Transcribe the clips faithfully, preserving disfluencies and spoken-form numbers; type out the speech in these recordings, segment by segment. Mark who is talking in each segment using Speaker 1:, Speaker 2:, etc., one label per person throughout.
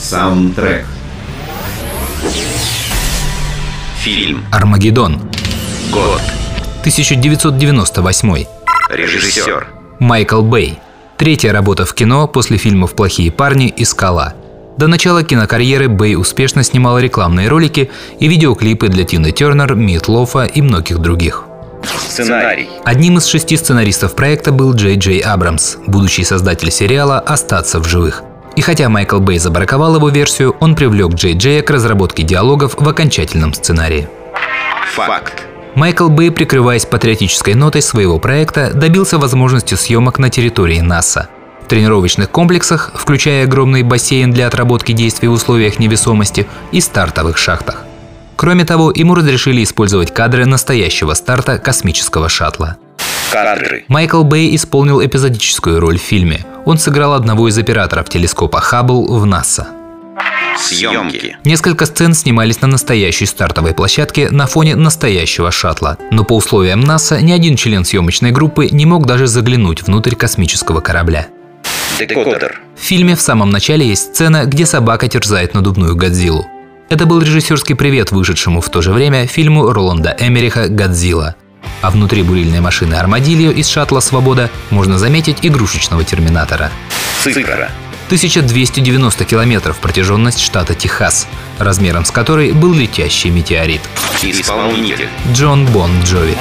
Speaker 1: Саундтрек. Фильм
Speaker 2: «Армагеддон».
Speaker 1: Год
Speaker 2: тысяча девятьсот девяносто восьмой.
Speaker 1: Режиссер
Speaker 2: Майкл Бэй. Третья работа в кино после фильмов «Плохие парни» и «Скала». До начала кинокарьеры Бэй успешно снимал рекламные ролики и видеоклипы для Тины Тернер, Мит Лофа и многих других.
Speaker 1: Сценарий.
Speaker 2: Одним из шести сценаристов проекта был Джей Джей Абрамс, будущий создатель сериала «Остаться в живых». И хотя Майкл Бэй забраковал его версию, он привлек Джей Джея к разработке диалогов в окончательном сценарии.
Speaker 1: Факт.
Speaker 2: Майкл Бэй, прикрываясь патриотической нотой своего проекта, добился возможности съемок на территории НАСА. В тренировочных комплексах, включая огромный бассейн для отработки действий в условиях невесомости и стартовых шахтах. Кроме того, ему разрешили использовать кадры настоящего старта космического шаттла.
Speaker 1: Кадры.
Speaker 2: Майкл Бэй исполнил эпизодическую роль в фильме. Он сыграл одного из операторов телескопа Хаббл в НАСА.
Speaker 1: Съемки.
Speaker 2: Несколько сцен снимались на настоящей стартовой площадке на фоне настоящего шаттла. Но по условиям НАСА ни один член съемочной группы не мог даже заглянуть внутрь космического корабля.
Speaker 1: Декодер.
Speaker 2: В фильме в самом начале есть сцена, где собака терзает надувную Годзиллу. Это был режиссерский привет вышедшему в то же время фильму Роланда Эммериха «Годзилла». А внутри бурильной машины Армадильо из шаттла «Свобода» можно заметить игрушечного терминатора.
Speaker 1: Цифра.
Speaker 2: тысяча двести девяносто километров протяженность штата Техас, размером с которой был летящий метеорит.
Speaker 1: Исполнитель
Speaker 2: Джон Бон Джови.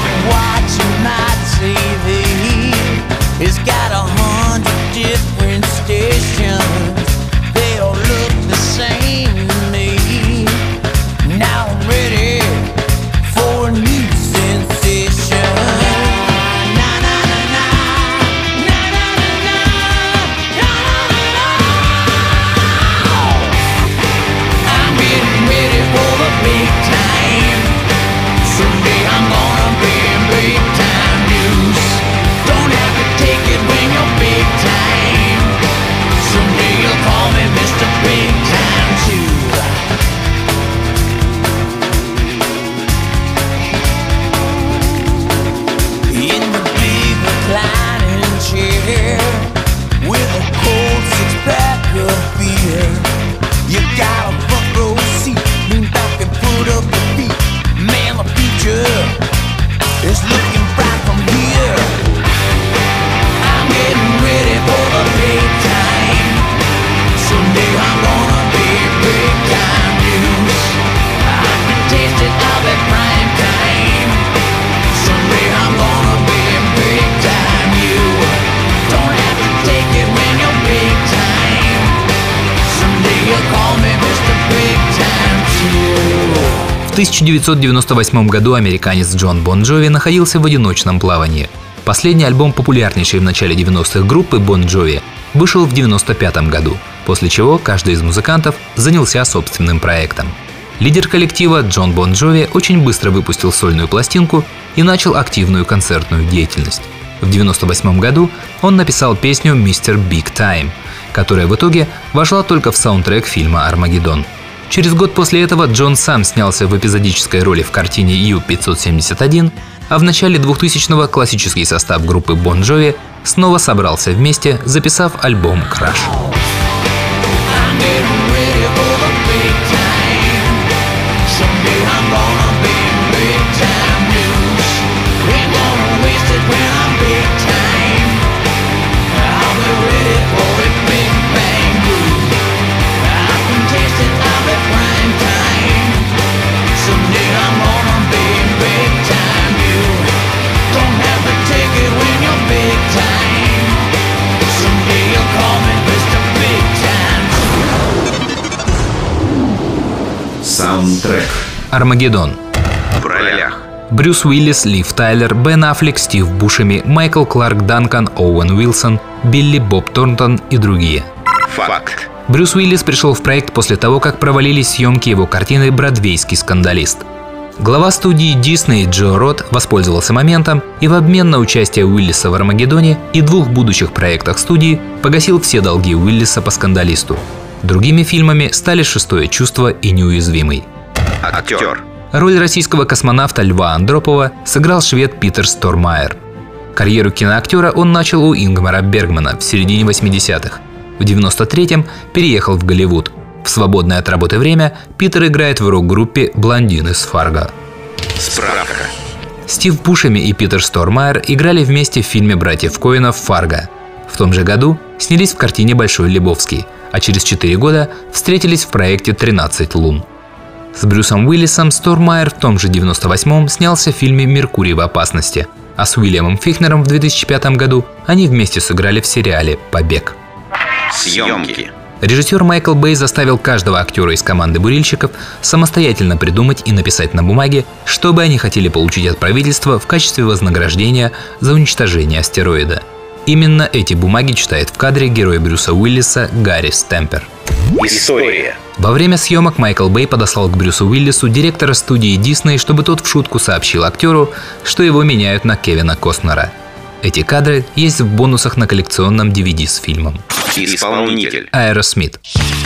Speaker 2: В тысяча девятьсот девяносто восьмом году американец Джон Бон Джови находился в одиночном плавании. Последний альбом популярнейшей в начале девяностых группы Бон Джови вышел в девяносто пятом году, после чего каждый из музыкантов занялся собственным проектом. Лидер коллектива Джон Бон Джови очень быстро выпустил сольную пластинку и начал активную концертную деятельность. В девяносто восьмом году он написал песню «мистер Биг Тайм», которая в итоге вошла только в саундтрек фильма «Армагеддон». Через год после этого Джон сам снялся в эпизодической роли в картине Ю пятьсот семьдесят один, а в начале двухтысячного классический состав группы Бон Джови снова собрался вместе, записав альбом «Краш».
Speaker 1: Саундтрек.
Speaker 2: «Армагеддон».
Speaker 1: В ролях
Speaker 2: Брюс Уиллис, Лив Тайлер, Бен Аффлек, Стив Бушеми, Майкл Кларк Данкан, Оуэн Уилсон, Билли Боб Торнтон и другие.
Speaker 1: Факт.
Speaker 2: Брюс Уиллис пришел в проект после того, как провалились съемки его картины «Бродвейский скандалист». Глава студии Disney Джо Рот воспользовался моментом и в обмен на участие Уиллиса в «Армагеддоне» и двух будущих проектах студии погасил все долги Уиллиса по «Скандалисту». Другими фильмами стали «Шестое чувство» и «Неуязвимый».
Speaker 1: Актер.
Speaker 2: Роль российского космонавта Льва Андропова сыграл швед Питер Стормайер. Карьеру киноактера он начал у Ингмара Бергмана в середине восьмидесятых. В В девяносто третьем переехал в Голливуд. В свободное от работы время Питер играет в рок-группе «Блондин из Фарго».
Speaker 1: Справка.
Speaker 2: Стив Бушеми и Питер Стормайер играли вместе в фильме братьев Коэнов «Фарго». В том же году снялись в картине «Большой Лебовский», а через четыре года встретились в проекте «тринадцать лун». С Брюсом Уиллисом Стормайер в том же девяносто восьмом снялся в фильме «Меркурий в опасности», а с Уильямом Фихнером в две тысячи пятом году они вместе сыграли в сериале «Побег».
Speaker 1: Съемки.
Speaker 2: Режиссер Майкл Бэй заставил каждого актера из команды бурильщиков самостоятельно придумать и написать на бумаге, что бы они хотели получить от правительства в качестве вознаграждения за уничтожение астероида. Именно эти бумаги читает в кадре герой Брюса Уиллиса Гарри Стэмпер.
Speaker 1: История.
Speaker 2: Во время съемок Майкл Бэй подослал к Брюсу Уиллису директора студии Дисней, чтобы тот в шутку сообщил актеру, что его меняют на Кевина Костнера. Эти кадры есть в бонусах на коллекционном ди ви ди с фильмом.
Speaker 1: Исполнитель.
Speaker 2: Аэросмит.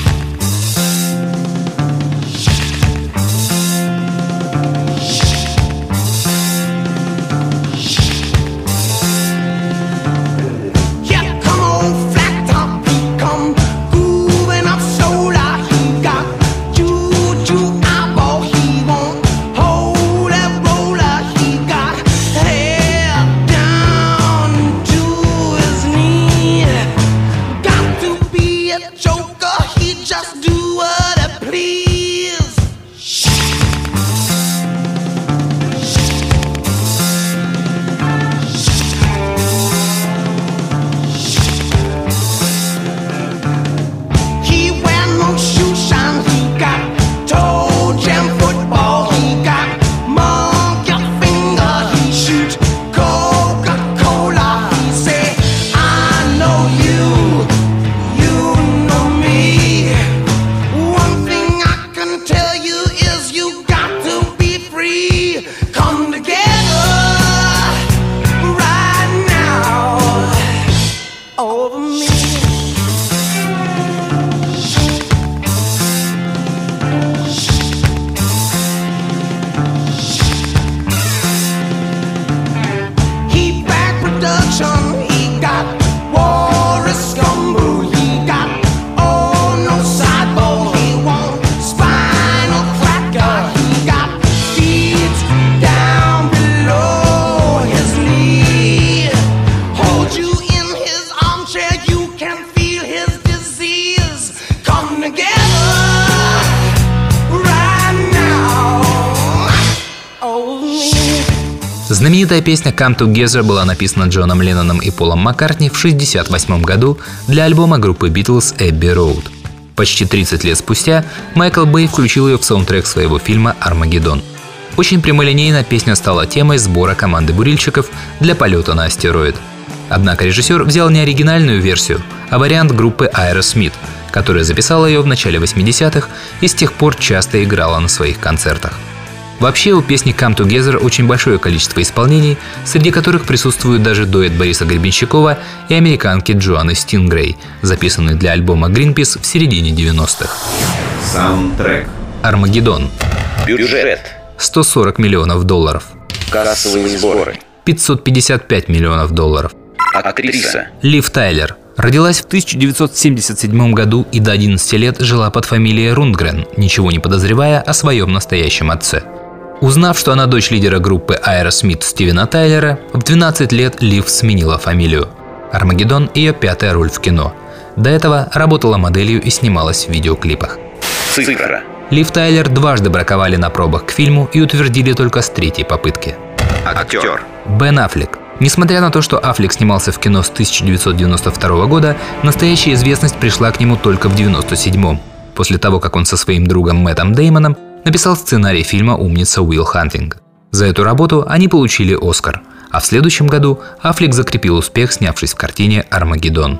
Speaker 2: Знаменитая песня «Come Together» была написана Джоном Ленноном и Полом Маккартни в шестьдесят восьмом году для альбома группы Beatles «Abbey Road». Почти тридцать лет спустя Майкл Бэй включил ее в саундтрек своего фильма «Армагеддон». Очень прямолинейно песня стала темой сбора команды бурильщиков для полета на астероид. Однако режиссер взял не оригинальную версию, а вариант группы Aerosmith, которая записала ее в начале восьмидесятых и с тех пор часто играла на своих концертах. Вообще у песни «Come Together» очень большое количество исполнений, среди которых присутствует даже дуэт Бориса Гребенщикова и американки Джоанны Стингрей, записанный для альбома Greenpeace в середине девяностых.
Speaker 1: Саундтрек.
Speaker 2: «Армагеддон».
Speaker 1: Бюджет.
Speaker 2: сто сорок миллионов долларов.
Speaker 1: Кассовые сборы.
Speaker 2: пятьсот пятьдесят пять миллионов долларов.
Speaker 1: Актриса.
Speaker 2: Лив Тайлер. Родилась в тысяча девятьсот семьдесят седьмом году и до одиннадцати лет жила под фамилией Рундгрен, ничего не подозревая о своем настоящем отце. Узнав, что она дочь лидера группы Aerosmith Стивена Тайлера, в двенадцать лет Лив сменила фамилию. «Армагеддон» – ее пятая роль в кино. До этого работала моделью и снималась в видеоклипах.
Speaker 1: Цифра.
Speaker 2: Лив Тайлер дважды браковали на пробах к фильму и утвердили только с третьей попытки.
Speaker 1: Актер.
Speaker 2: Бен Аффлек. Несмотря на то, что Аффлек снимался в кино с тысяча девятьсот девяносто второго года, настоящая известность пришла к нему только в девяносто седьмом, после того, как он со своим другом Мэттом Деймоном написал сценарий фильма «Умница Уилл Хантинг». За эту работу они получили «Оскар», а в следующем году Аффлек закрепил успех, снявшись в картине «Армагеддон».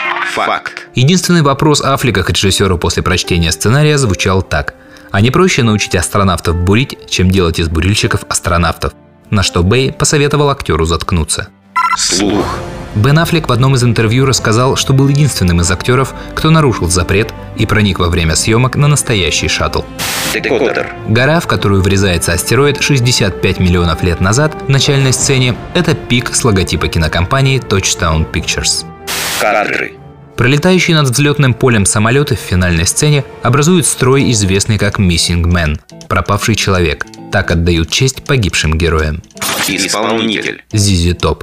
Speaker 1: Факт.
Speaker 2: Единственный вопрос Аффлека к режиссеру после прочтения сценария звучал так: «А не проще научить астронавтов бурить, чем делать из бурильщиков астронавтов?» На что Бэй посоветовал актеру заткнуться.
Speaker 1: Слух.
Speaker 2: Бен Аффлек в одном из интервью рассказал, что был единственным из актеров, кто нарушил запрет и проник во время съемок на настоящий шаттл.
Speaker 1: Декодер.
Speaker 2: Гора, в которую врезается астероид шестьдесят пять миллионов лет назад в начальной сцене, это пик с логотипа кинокомпании Touchstone Pictures.
Speaker 1: Кадры.
Speaker 2: Пролетающие над взлетным полем самолеты в финальной сцене образуют строй, известный как Missing Man – пропавший человек. Так отдают честь погибшим героям.
Speaker 1: Исполнитель
Speaker 2: зизи Топ.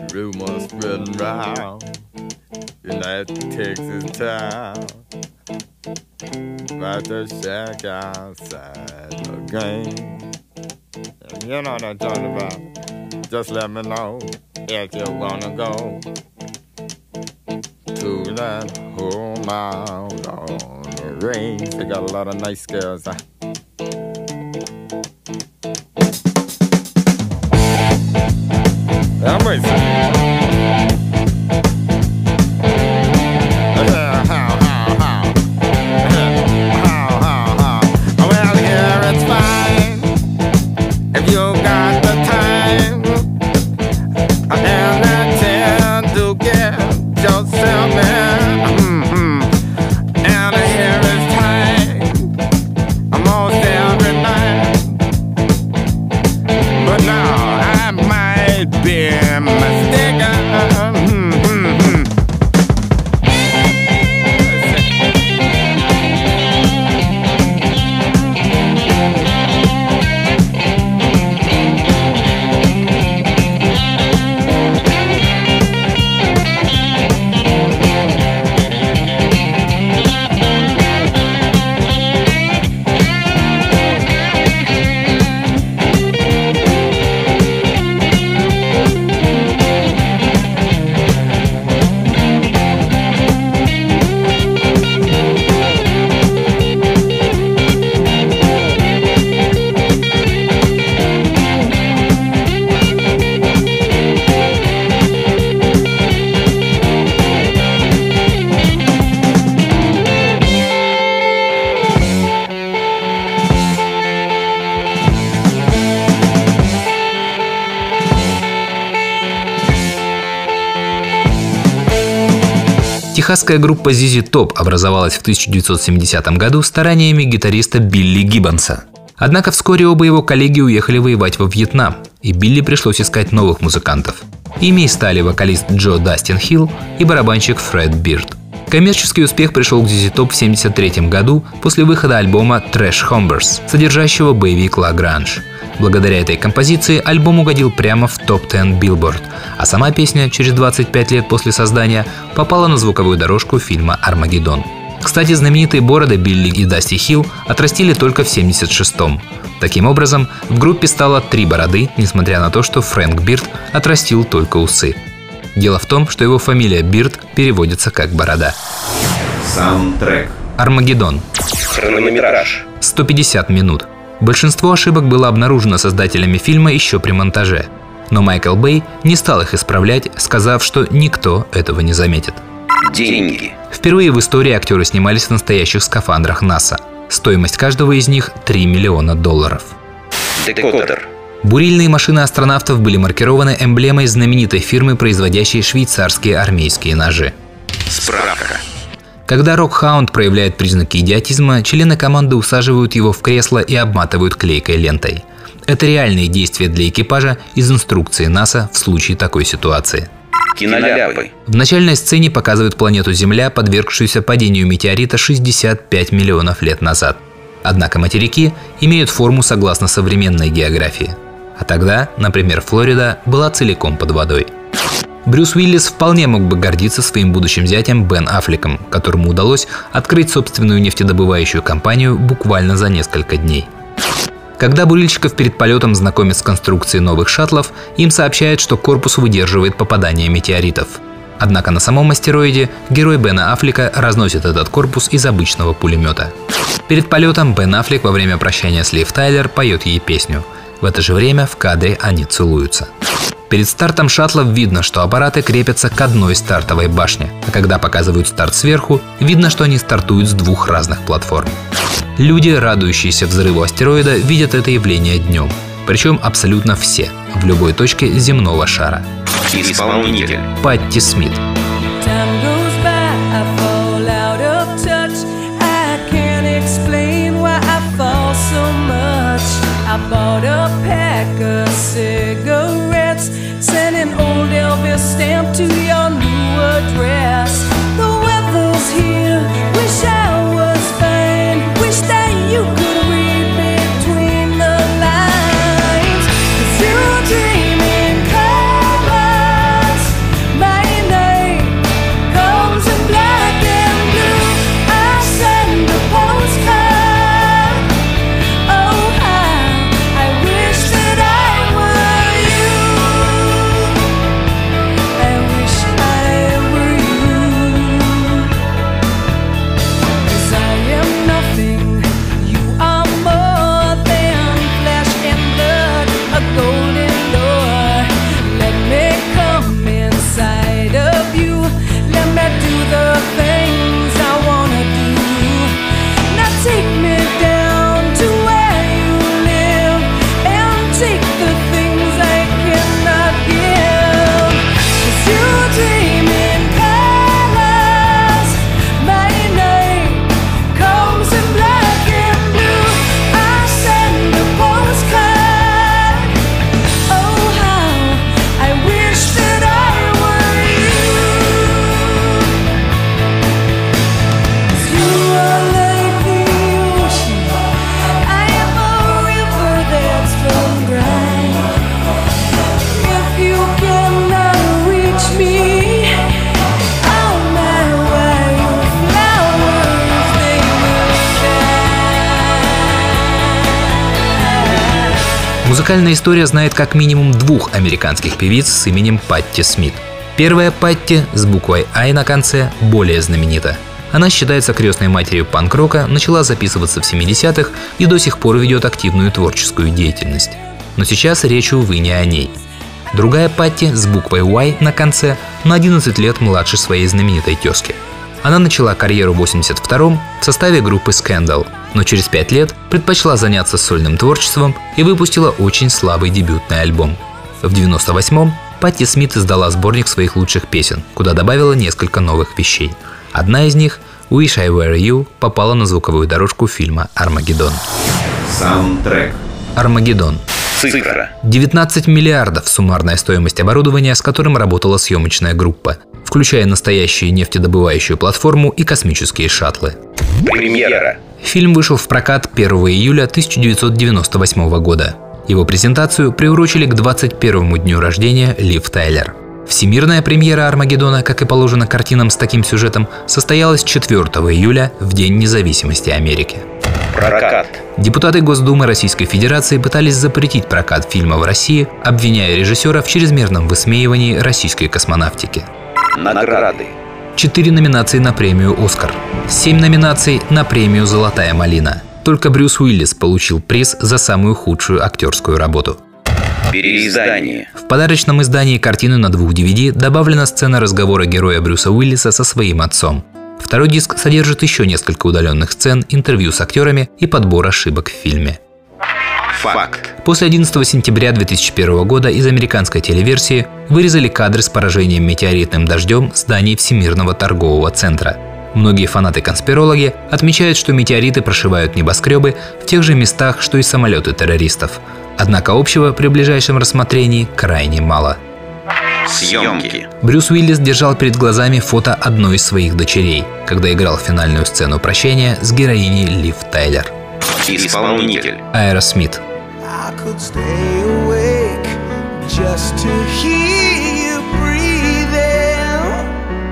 Speaker 3: You know what I'm talking about. Just let me know if you wanna go to that home out on the range. They got a lot of nice girls. Huh? I'm racing.
Speaker 2: Техасская группа зизи Топ образовалась в тысяча девятьсот семидесятом году стараниями гитариста Билли Гиббонса. Однако вскоре оба его коллеги уехали воевать во Вьетнам, и Билли пришлось искать новых музыкантов. Ими и стали вокалист Джо Дастин Хилл и барабанщик Фред Бирд. Коммерческий успех пришел к зизи Топ в семьдесят третьем году после выхода альбома Trash Hombres, содержащего боевик «La Grange». Благодаря этой композиции альбом угодил прямо в топ десять Billboard, а сама песня через двадцать пять лет после создания попала на звуковую дорожку фильма «Армагеддон». Кстати, знаменитые бороды Билли и Дасти Хилл отрастили только в семьдесят шестом. Таким образом, в группе стало три бороды, несмотря на то, что Фрэнк Бирд отрастил только усы. Дело в том, что его фамилия Бирд переводится как «борода».
Speaker 1: Саундтрек.
Speaker 2: «Армагеддон».
Speaker 1: Хронометраж.
Speaker 2: сто пятьдесят минут. Большинство ошибок было обнаружено создателями фильма еще при монтаже. Но Майкл Бэй не стал их исправлять, сказав, что никто этого не заметит.
Speaker 1: Деньги.
Speaker 2: Впервые в истории актеры снимались в настоящих скафандрах НАСА. Стоимость каждого из них – три миллиона долларов.
Speaker 1: Декодер.
Speaker 2: Бурильные машины астронавтов были маркированы эмблемой знаменитой фирмы, производящей швейцарские армейские ножи.
Speaker 1: Справка.
Speaker 2: Когда Рок-Хаунд проявляет признаки идиотизма, члены команды усаживают его в кресло и обматывают клейкой лентой. Это реальные действия для экипажа из инструкции НАСА в случае такой ситуации.
Speaker 1: Киноляпы.
Speaker 2: В начальной сцене показывают планету Земля, подвергшуюся падению метеорита шестьдесят пять миллионов лет назад. Однако материки имеют форму согласно современной географии. А тогда, например, Флорида была целиком под водой. Брюс Уиллис вполне мог бы гордиться своим будущим зятем Бен Аффлеком, которому удалось открыть собственную нефтедобывающую компанию буквально за несколько дней. Когда бурильщиков перед полетом знакомят с конструкцией новых шаттлов, им сообщают, что корпус выдерживает попадание метеоритов. Однако на самом астероиде герой Бена Аффлека разносит этот корпус из обычного пулемета. Перед полетом Бен Аффлек во время прощания с Лив Тайлер поет ей песню. В это же время в кадре они целуются. Перед стартом шаттлов видно, что аппараты крепятся к одной стартовой башне, а когда показывают старт сверху, видно, что они стартуют с двух разных платформ. Люди, радующиеся взрыву астероида, видят это явление днем. Причем абсолютно все, в любой точке земного шара.
Speaker 1: Исполнитель.
Speaker 2: Патти Смит.
Speaker 4: I bought a pack of cigarettes, sent an old Elvis stamp to your new address. The weather
Speaker 2: Музыкальная история знает как минимум двух американских певиц с именем Патти Смит. Первая Патти с буквой «I» на конце более знаменита. Она считается крестной матерью панк-рока, начала записываться в семидесятых и до сих пор ведет активную творческую деятельность. Но сейчас речь, увы, не о ней. Другая Патти с буквой «Y» на конце на одиннадцать лет младше своей знаменитой тезки. Она начала карьеру в восемьдесят втором в составе группы Scandal, но через пять лет предпочла заняться сольным творчеством и выпустила очень слабый дебютный альбом. В девяносто восьмом Патти Смит издала сборник своих лучших песен, куда добавила несколько новых вещей. Одна из них, «Wish I Were You», попала на звуковую дорожку фильма «Армагеддон».
Speaker 1: Саундтрек.
Speaker 2: «Армагеддон».
Speaker 1: Цифра.
Speaker 2: девятнадцать миллиардов суммарная стоимость оборудования, с которым работала съемочная группа, включая настоящую нефтедобывающую платформу и космические шаттлы.
Speaker 1: Премьера.
Speaker 2: Фильм вышел в прокат первого июля тысяча девятьсот девяносто восьмого года. Его презентацию приурочили к двадцать первому дню рождения Лив Тайлер. Всемирная премьера «Армагеддона», как и положено картинам с таким сюжетом, состоялась четвёртого июля, в День независимости Америки.
Speaker 1: Прокат.
Speaker 2: Депутаты Госдумы Российской Федерации пытались запретить прокат фильма в России, обвиняя режиссера в чрезмерном высмеивании российской космонавтики.
Speaker 1: Награды.
Speaker 2: Четыре номинации на премию «Оскар». Семь номинаций на премию «Золотая малина». Только Брюс Уиллис получил приз за самую худшую актерскую работу.
Speaker 1: Переиздание.
Speaker 2: В подарочном издании картины на двух ди ви ди добавлена сцена разговора героя Брюса Уиллиса со своим отцом. Второй диск содержит еще несколько удаленных сцен, интервью с актерами и подбор ошибок в фильме.
Speaker 1: Факт.
Speaker 2: После одиннадцатого сентября две тысячи первого года из американской телеверсии вырезали кадры с поражением метеоритным дождем зданий Всемирного торгового центра. Многие фанаты-конспирологи отмечают, что метеориты прошивают небоскребы в тех же местах, что и самолеты террористов. Однако общего при ближайшем рассмотрении крайне мало.
Speaker 1: Съемки.
Speaker 2: Брюс Уиллис держал перед глазами фото одной из своих дочерей, когда играл финальную сцену прощения с героиней Лив Тайлер.
Speaker 1: Исполнитель.
Speaker 2: Аэросмит.
Speaker 5: I could stay awake just to hear you breathing.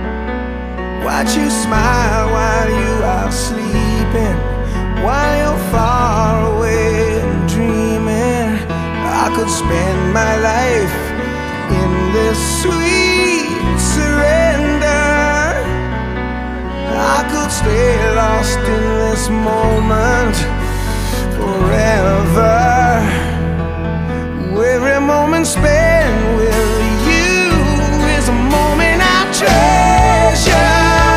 Speaker 5: Watch you smile while you are sleeping, while you're far away and dreaming. I could spend my life in this sweet surrender. I could stay lost in this moment forever. Every moment spent with you is a moment I treasure.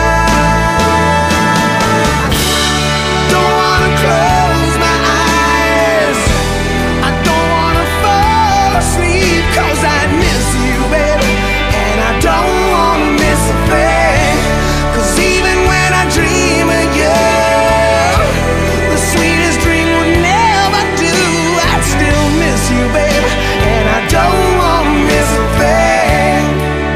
Speaker 5: Don't wanna close my eyes, I don't wanna fall asleep, 'cause I miss you, baby, and I don't wanna miss a thing. 'Cause even when I dream of you, the sweetest dream would never do. I'd still miss you, baby, and I don't wanna miss a thing.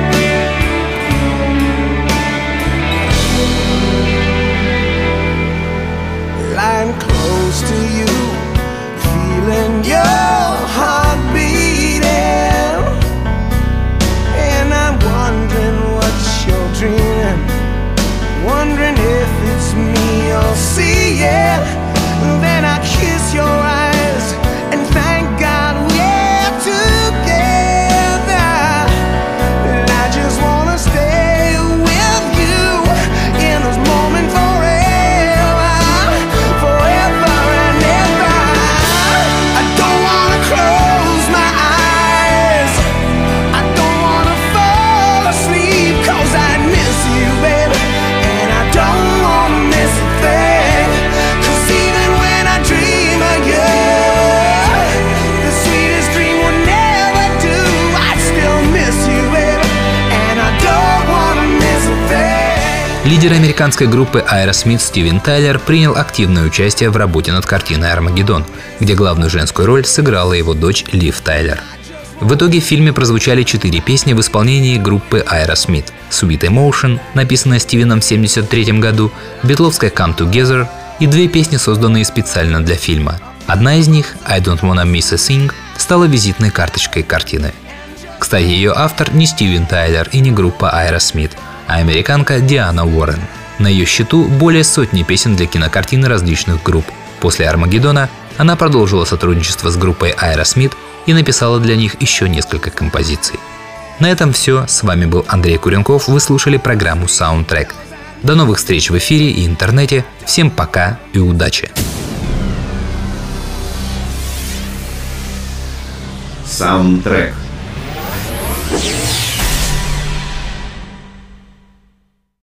Speaker 5: Lying close to you, feeling your heart beating, and I'm wondering what you're dreaming, wondering if it's me you're seeing. Then I kiss your eyes and thank God we're together. And I just wanna stay with you in this moment forever, forever and ever. I don't wanna close my eyes, I don't wanna fall asleep, 'cause I miss you, baby, and I don't wanna miss a thing. 'Cause even when I dream of you, the sweetest dream would never do. I'd still miss you, baby, and I don't wanna miss a thing.
Speaker 2: Лидер американской группы Aerosmith Стивен Тайлер принял активное участие в работе над картиной «Армагеддон», где главную женскую роль сыграла его дочь Лив Тайлер. В итоге в фильме прозвучали четыре песни в исполнении группы Aerosmith: Sweet Emotion, написанная Стивеном в семьдесят третьем году, битловская Come Together и две песни, созданные специально для фильма. Одна из них, I Don't Wanna Miss a Thing, стала визитной карточкой картины. Кстати, ее автор не Стивен Тайлер и не группа Aerosmith, а американка Диана Уоррен. На ее счету более сотни песен для кинокартины различных групп. После «Армагеддона» Она продолжила сотрудничество с группой Aerosmith и написала для них еще несколько композиций. На этом все. С вами был Андрей Куренков. Вы слушали программу Soundtrack. До новых встреч в эфире и интернете. Всем пока и удачи!
Speaker 1: Саундтрек.